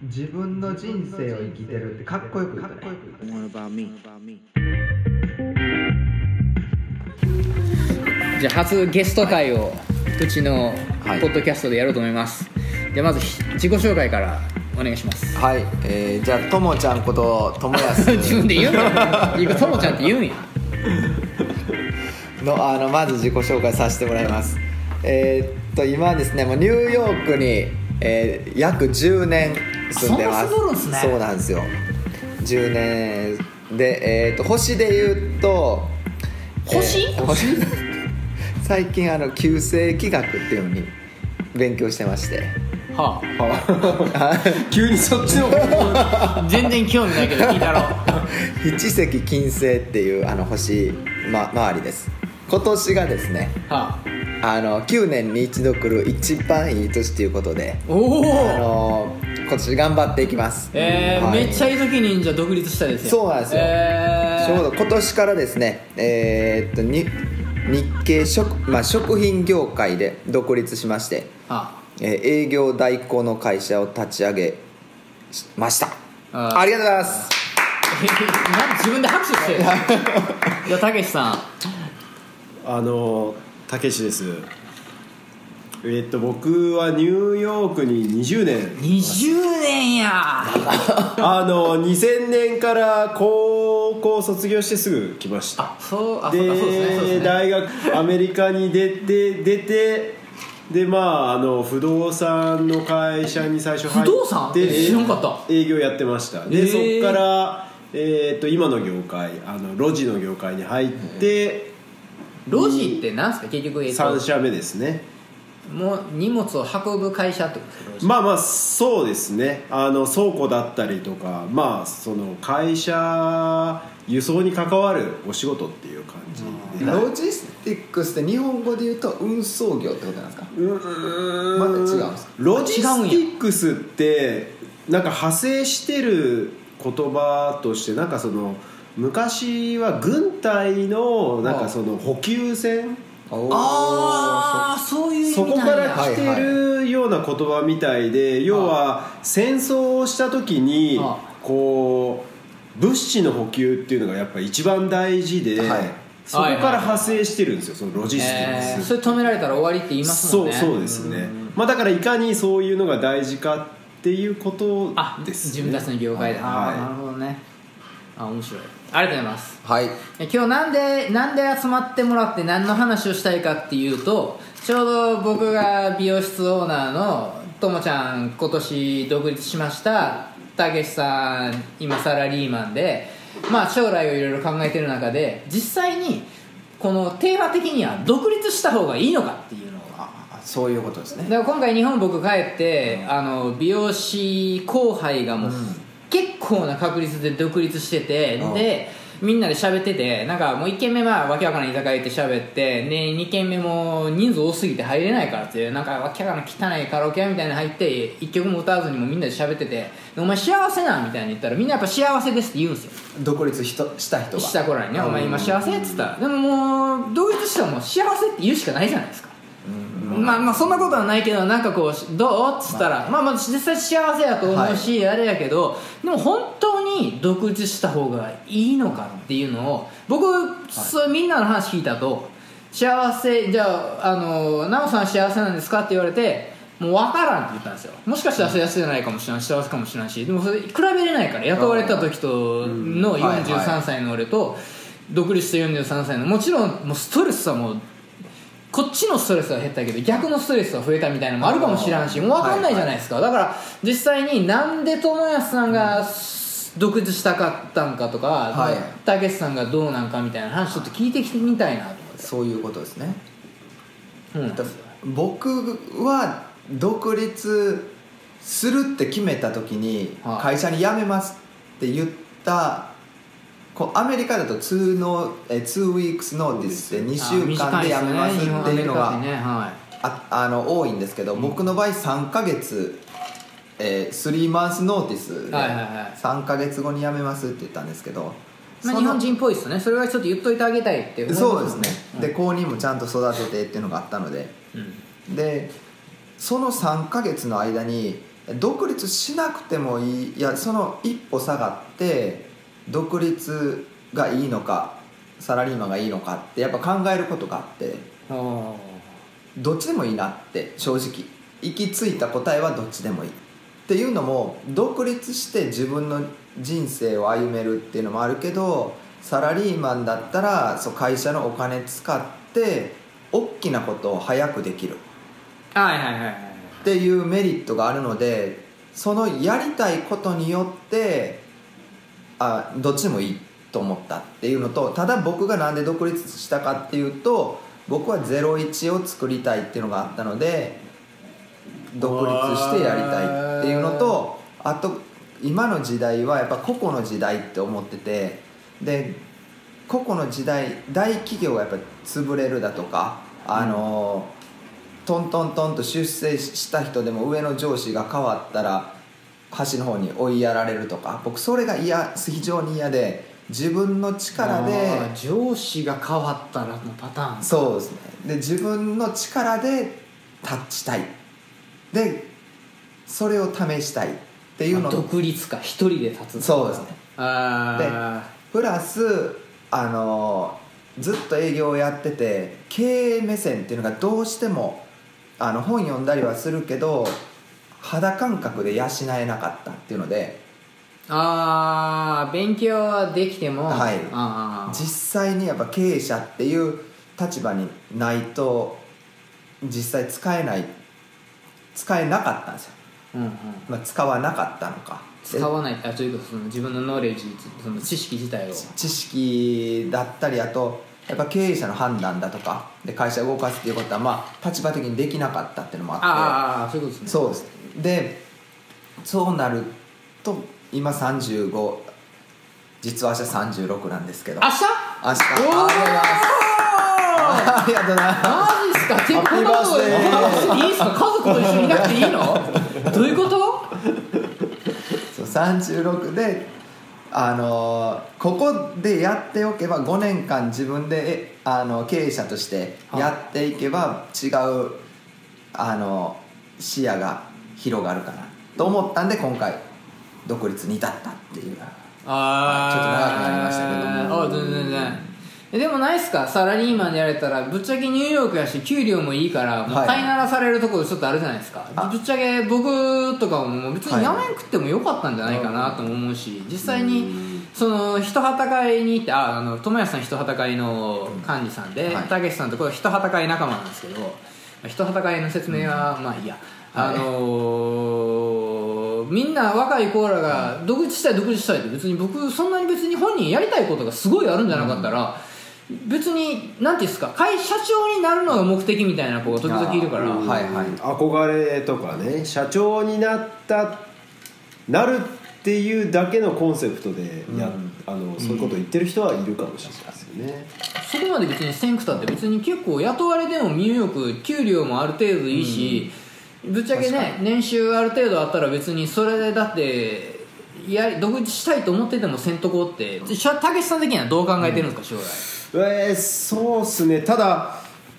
自分の人生を生きてるってかっこよく言ったね。 じゃあ初ゲスト会をうちのポッドキャストでやろうと思います、じゃあまず自己紹介からお願いします。 はい、じゃあともちゃんことともやす自分で言うんやともちゃんって言うんやのまず自己紹介させてもらいます。今ですねもうニューヨークに、約10年住んでます。 そんな住んどるんすね。 そうなんですよ、10年で、星で言うと星最近旧世紀学っていうのに勉強してまして、 はあ急にそっちの全然興味ないけど聞いたろ七石金星っていう星、周りです。今年がですね、 は 9年に一度来る一番いい年ということで、 おお、 今年頑張っていきます。はい、 めっちゃいい時にじゃあ独立したですよ。 そうなんですよ、ちょうど今年からですね、日系食品業界で独立しまして、営業代行の会社を立ち上げました。ありがとうございます。 なんで自分で拍手してるじゃあたけしさん。 たけしです。僕はニューヨークに20年や 2000年から高校卒業してすぐ来ました。 そうですね。 大学アメリカに出てで不動産の会社に最初入って不動産知らんかった。 営業やってました。で、そこから今の業界路地の業界に入って、 路地って何すか結局。 3社目ですね。 もう荷物を運ぶ会社ってことですか。 そうですね。倉庫だったりとか、その会社輸送に関わるお仕事っていう感じで、 ロジスティックスって日本語で言うと運送業ってことなんですか。また違うんですか。 ロジスティックスってなんか派生してる言葉として、なんかその昔は軍隊のなんかその補給船、 そういう意味なんや。 そこから来てるような言葉みたいで、要は戦争をした時にこう物資の補給っていうのがやっぱり一番大事で、そこから派生してるんですよ、そのロジスティックス。 それ止められたら終わりって言いますもんね。 そうですね。だからいかにそういうのが大事かっていうことですね。 自分たちの業界で。なるほどね。面白い。ありがとうございます。 はい。 今日なんで集まってもらって何の話をしたいかっていうと、ちょうど僕が美容室オーナーのともちゃん今年独立しました。たけしさん今サラリーマンで、将来をいろいろ考えてる中で、実際にこのテーマ的には独立した方がいいのかっていうのが、 そういうことですね。 だから今回日本僕帰って、美容師後輩がもう、結構な確率で独立してて、でみんなで喋ってて、なんかもう1軒目はわけわからん居酒屋行って喋って、で2軒目も人数多すぎて入れないからって、なんかわけわからん汚いカラオケ屋みたいなの入って1曲も歌わずにもみんなで喋ってて、お前幸せなんみたいに言ったら、みんなやっぱ幸せですって言うんですよ。 独立した人がした子らにね、お前今幸せっつったら、でももう独立したらもう幸せって言うしかないじゃないですか。そんなことはないけど、なんかこうどうっつったら、実際幸せやと思うし、あれやけど、でも本当に独立した方がいいのかっていうのを僕、そうみんなの話聞いたと、幸せじゃあなおさん幸せなんですかって言われて、もう分からんって言ったんですよ。もしかしたら幸せじゃないかもしれないし幸せかもしれないし、でもそれ比べれないから、雇われた時との43歳の俺と独立した43歳の、もちろんもうストレスはもうこっちのストレスは減ったけど逆のストレスは増えたみたいなのもあるかもしれんし、もう分かんないじゃないですか。だから実際になんで友安さんが独立したかったんかとか、たけしさんがどうなんかみたいな話ちょっと聞いてきてみたいなと思って。 そういうことですね。僕は独立するって決めた時に、会社に辞めますって言ったアメリカだと2 weeks notice って2週間で辞めますっていうのが多いんですけど、僕の場合3ヶ月3 months notice で3ヶ月後に辞めますって言ったんですけど、 日本人っぽいですよね。それはちょっと言っといてあげたいって思います。 そうですね。で後任もちゃんと育ててっていうのがあったので、でその3ヶ月の間に独立しなくてもいい、いやその一歩下がって独立がいいのかサラリーマンがいいのかってやっぱ考えることがあって、どっちでもいいなって正直行き着いた答えはどっちでもいいっていうのも、独立して自分の人生を歩めるっていうのもあるけど、サラリーマンだったらそう会社のお金使って大きなことを早くできるっていうメリットがあるので、そのやりたいことによってどっちでもいいと思ったっていうのと、ただ僕がなんで独立したかっていうと、僕は01を作りたいっていうのがあったので独立してやりたいっていうのと、あと今の時代はやっぱ個々の時代って思ってて、で個々の時代大企業がやっぱ潰れるだとか、トントントンと出世した人でも上の上司が変わったら端の方に追いやられるとか、僕それが非常に嫌で、自分の力で上司が変わったらのパターン。 そうですね。で自分の力で立ちたい、でそれを試したいっていうの独立か一人で立つ。 そうですね。でプラスずっと営業をやってて経営目線っていうのがどうしても本読んだりはするけど肌感覚で養えなかったっていうので、 勉強はできても、 実際にやっぱ経営者っていう立場にないと実際使えなかったんですよ、使わなかったのか、 使わないというかその自分のノレッジ、その知識自体を、 知識だったり、あとやっぱ経営者の判断だとかで会社を動かすっていうことは立場的にできなかったっていうのもあって、 そういうことですね。 そうです。でそうなると今35、実は明日36なんですけど、 明日ありがとうございます。 マジっすか。結婚のこといいっすか。家族と一緒にいなくていいの？どういうこと？ そう36でここでやっておけば5年間自分で経営者としてやっていけば違う視野が広がるかなと思ったんで、今回独立に至ったっていう。ちょっと長くなりましたけども。 全然でもないっすか。サラリーマンでやれたらぶっちゃけニューヨークやし給料もいいからもう飼いならされるところちょっとあるじゃないですか、ぶっちゃけ僕とかも別に辞めんくってもよかったんじゃないかなとも思うし、実際にその人旗会に行って友安さん人旗会の幹事さんでたけしさんとこれ人旗会仲間なんですけど、人旗会の説明はまあいいや、みんな若い子らが独立したいって別に僕そんなに別に本人やりたいことがすごいあるんじゃなかったら、別になんていうんですか、社長になるのが目的みたいな子が時々いるから、 憧れとかね、社長になるっていうだけのコンセプトでそういうことを言ってる人はいるかもしれないですよね。 そこまで別にせんくたって別に結構雇われでもニューヨーク給料もある程度いいし、ぶっちゃけね年収ある程度あったら別にそれでだって独立したいと思っててもせんとこって、たけしさん的にはどう考えてるんですか、将来。 そうっすね。ただ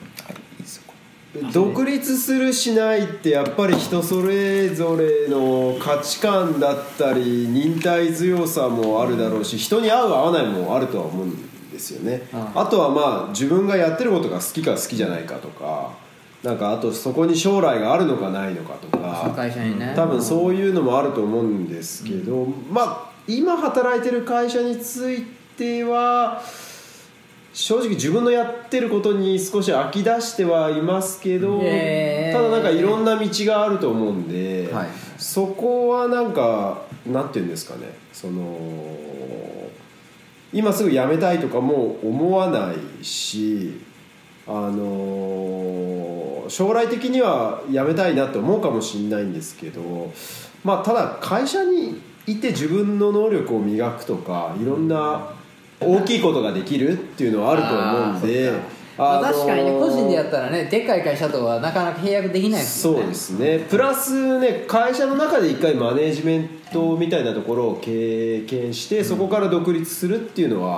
独立するしないってやっぱり人それぞれの価値観だったり忍耐強さもあるだろうし、人に合う合わないもあるとは思うんですよね。あとはまあ自分がやってることが好きか好きじゃないかとか、なんかあとそこに将来があるのかないのかとか、 会社にね、 多分そういうのもあると思うんですけど、まあ今働いてる会社については正直自分のやってることに少し飽き出してはいますけど、ただなんかいろんな道があると思うんで、そこはなんかなんていうんですかね、今すぐ辞めたいとかも思わないし、将来的には辞めたいなって思うかもしれないんですけど、まあただ会社にいて自分の能力を磨くとかいろんな大きいことができるっていうのはあると思うんで、 確かにね、個人でやったらね、でっかい会社とはなかなか契約できないですよね。 そうですね。プラスね、会社の中で一回マネージメントみたいなところを経験して、そこから独立するっていうのは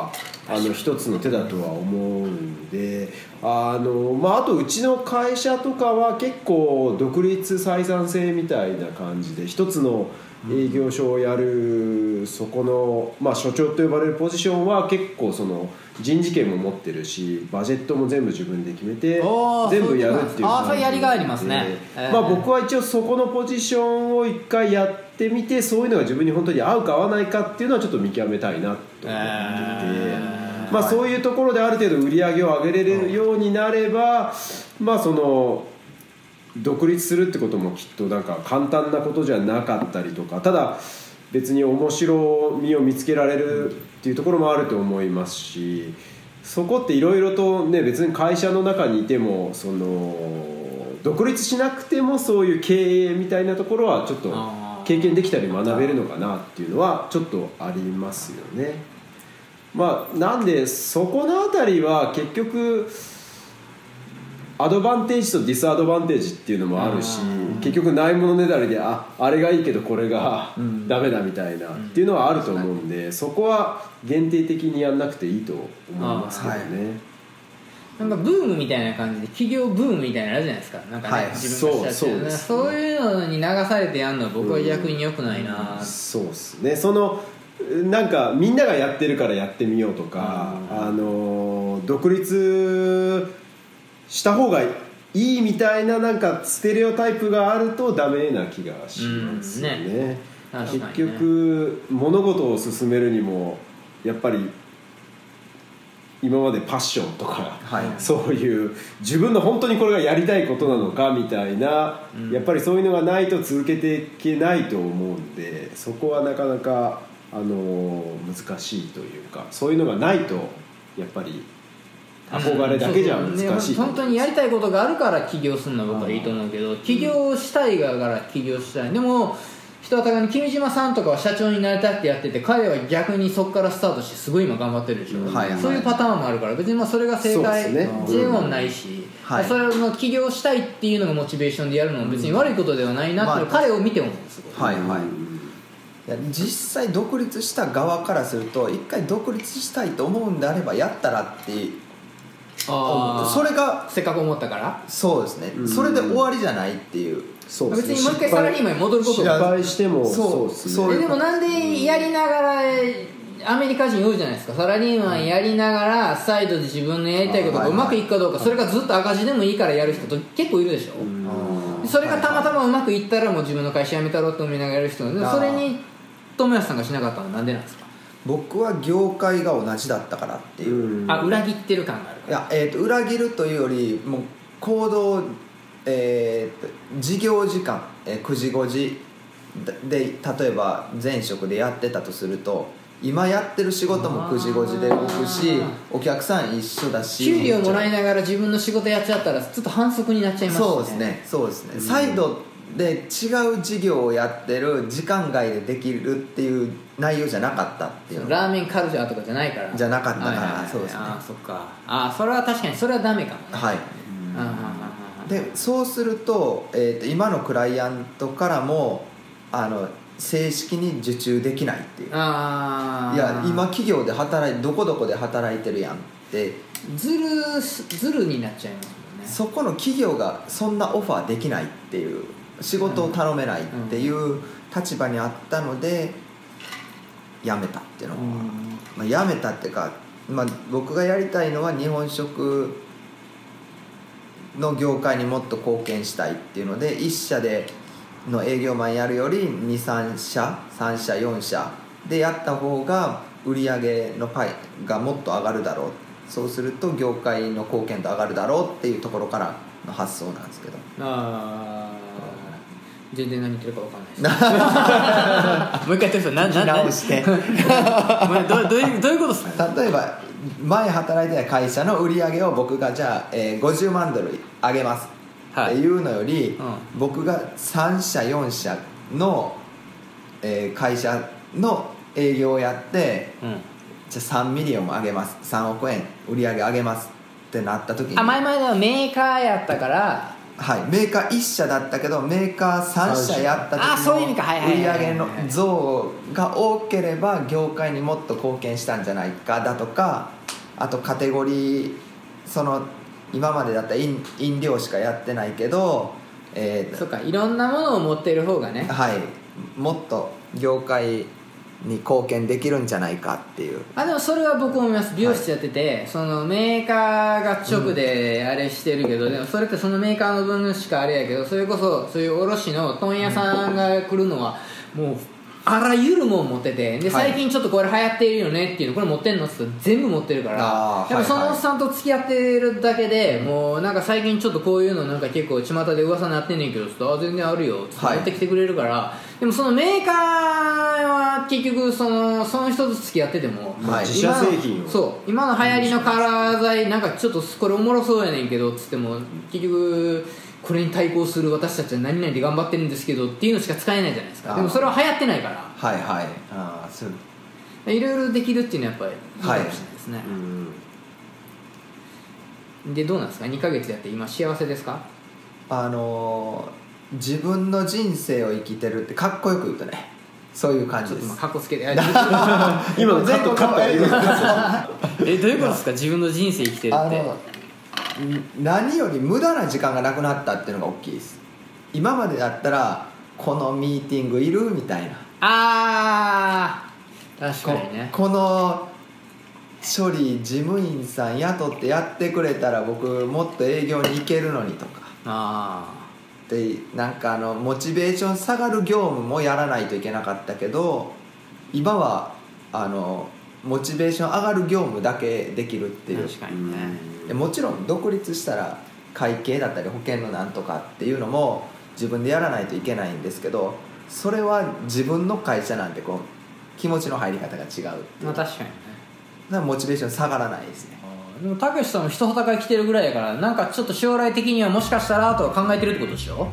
一つの手だとは思うんで、あとうちの会社とかは結構独立採算制みたいな感じで一つの営業所をやるそこの、所長と呼ばれるポジションは結構その人事権も持ってるしバジェットも全部自分で決めて全部やるっていう感じで、 それやりがいありますね、 僕は一応そこのポジションを一回やってみてそういうのが自分に本当に合うか合わないかっていうのはちょっと見極めたいなと思っていて、そういうところである程度売り上げを上げれるようになれば、その独立するってこともきっとなんか簡単なことじゃなかったりとか、ただ別に面白みを見つけられるっていうところもあると思いますし、そこっていろいろとね別に会社の中にいてもその独立しなくてもそういう経営みたいなところはちょっと経験できたり学べるのかなっていうのはちょっとありますよね。なんでそこのあたりは結局アドバンテージとディスアドバンテージっていうのもあるし、結局ないものねだりであれがいいけどこれがダメだみたいなっていうのはあると思うんで、そこは限定的にやんなくていいと思いますけどね。 なんかブームみたいな感じで企業ブームみたいなのあるじゃないですか。なんかね、自分がしたってそういうのに流されてやるのは僕は逆に良くないな。 そうですね。そのなんかみんながやってるからやってみようとか、独立した方がいいみたいななんかステレオタイプがあるとダメな気がしますよね。結局物事を進めるにもやっぱり今までパッションとか、そういう自分の本当にこれがやりたいことなのかみたいな、やっぱりそういうのがないと続けていけないと思うんで、そこはなかなか難しいというか、そういうのがないとやっぱり憧れだけじゃ難しい、 本当にやりたいことがあるから起業するのは僕はいいと思うけど、起業したいから起業したい。でも人はたかに君島さんとかは社長になりたいってやってて、彼は逆にそこからスタートしてすごい今頑張ってるでしょ、そういうパターンもあるから、別にそれが正解でもないし、それの起業したいっていうのがモチベーションでやるのも別に悪いことではないなって、彼を見て思うんですごい。 いや実際独立した側からすると一回独立したいと思うんであればやったらってそれがせっかく思ったからそうですね、それで終わりじゃないっていう、 そうですね、別にもう一回サラリーマンに戻ること失敗してもそうですね。 でもなんでやりながらアメリカ人多いじゃないですか。サラリーマンやりながらサイドで自分のやりたいことがうまくいくかどうか、それがずっと赤字でもいいからやる人と結構いるでしょ。それがたまたまうまくいったらもう自分の会社辞めたろうと思いながらやる人で、それに友安さんがしなかったのはなんでなんですか。 僕は業界が同じだったからっていう、 裏切ってる感があるから。 いや、裏切るというよりもう行動、事業時間、9時5時で例えば前職でやってたとすると、今やってる仕事も9時5時で動くし、お客さん一緒だし、 給料もらいながら自分の仕事やっちゃったらちょっと反則になっちゃいますね。 そうですね、サイドで違う事業をやってる時間外でできるっていう内容じゃなかったっていうの。 ラーメンカルチャーとかじゃないからじゃなかったから、そうですね。 そっか。それは確かにそれはダメかもね。 でそうすると、今のクライアントからも正式に受注できないっていう。いや今企業でどこどこで働いてるやんってずるになっちゃいますもんね。 そこの企業がそんなオファーできないっていう、仕事を頼めないっていう立場にあったので辞めたっていうのは、辞めたっていうか、僕がやりたいのは日本食の業界にもっと貢献したいっていうので、1社での営業マンやるより 2,3 社3社4社でやった方が売り上げのパイがもっと上がるだろう、そうすると業界の貢献度上がるだろうっていうところからの発想なんですけど、 全然何言ってるか分かんないですもう一回言ってください。 直してどういうことですか。 例えば前働いてた会社の売り上げを僕がじゃあ、50万ドル上げますっていうのより、僕が3社4社の、会社の営業をやって、じゃあ3ミリオンも上げます、3億円売り上げ上げますってなった時に、 前々はメーカーやったから、 メーカー1社だったけどメーカー3社やった時の売り上げの増が多ければ業界にもっと貢献したんじゃないかだとか、 あとカテゴリー今までだったら飲料しかやってないけど、 そうか、いろんなものを持っている方がね、 はい、もっと業界に貢献できるんじゃないかっていう。 でもそれは僕も思います。美容室やってて、そのメーカーが直であれしてるけど、でもそれってそのメーカーの分しかあれやけど、それこそそういう卸の問屋さんが来るのはもうあらゆるもん持ってて、で最近ちょっとこれ流行っているよねっていうの、これ持ってんのって言ったら全部持ってるから、やっぱそのおっさんと付き合ってるだけで、もうなんか最近ちょっとこういうのなんか結構巷で噂になってんねんけど、全然あるよって持ってきてくれるから、でもそのメーカーは結局その人と付き合ってても、 自社製品をそう今の流行りのカラー剤なんかちょっとこれおもろそうやねんけどっつっても、結局これに対抗する私たちは何々で頑張ってるんですけどっていうのしか使えないじゃないですか。でもそれは流行ってないから、 はいはい、そういろいろできるっていうのはやっぱりいいかもしれないですね、でどうなんですか、2ヶ月やって今幸せですか？ 自分の人生を生きてるってかっこよく言うとね、そういう感じです。 ちょっとかっこつけて今のカットどういうことですか？自分の人生生きてるって何より無駄な時間がなくなったっていうのが大きいです。今までだったらこのミーティングいるみたいな、 確かにね、 この処理事務員さん雇ってやってくれたら僕もっと営業に行けるのにとかで、なんかモチベーション下がる業務もやらないといけなかったけど、今はモチベーション上がる業務だけできるっていう。 確かにね、 でもちろん独立したら会計だったり保険のなんとかっていうのも自分でやらないといけないんですけど、それは自分の会社なんでこう気持ちの入り方が違うっていう。 確かにね、 だからモチベーション下がらないですね。 でもたけしさんも一旗会来てるぐらいやから、なんかちょっと将来的にはもしかしたらとは考えてるってことでしょ？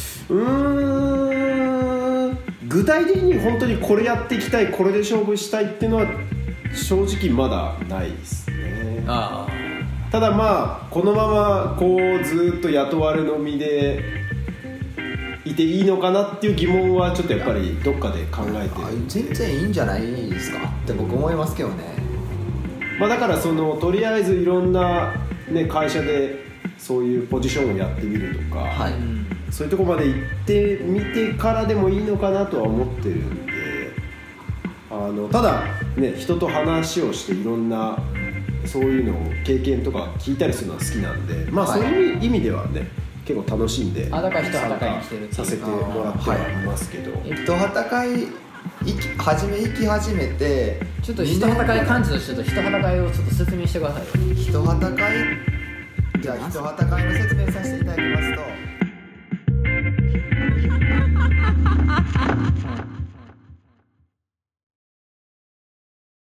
具体的に本当にこれやっていきたい、これで勝負したいっていうのは正直まだないですね。ただまあこのままこうずっと雇われの身でいていいのかなっていう疑問はちょっとやっぱりどっかで考えてる。 全然いいんじゃないですかって僕思いますけどね。 だからとりあえずいろんな、ね、会社でそういうポジションをやってみるとか、そういうところまで行ってみてからでもいいのかなとは思ってるんで、ただ、ね、人と話をしていろんなそういうのを経験とか聞いたりするのは好きなんで、そういう意味ではね結構楽しんでだから一旗会に来てるっていうさせてもらってはいますけど、 一旗会行き始めてちょっと一旗会幹事としてと一旗会をちょっと説明してくださいよ。 一旗会、じゃあ一旗会の説明させていただきますと、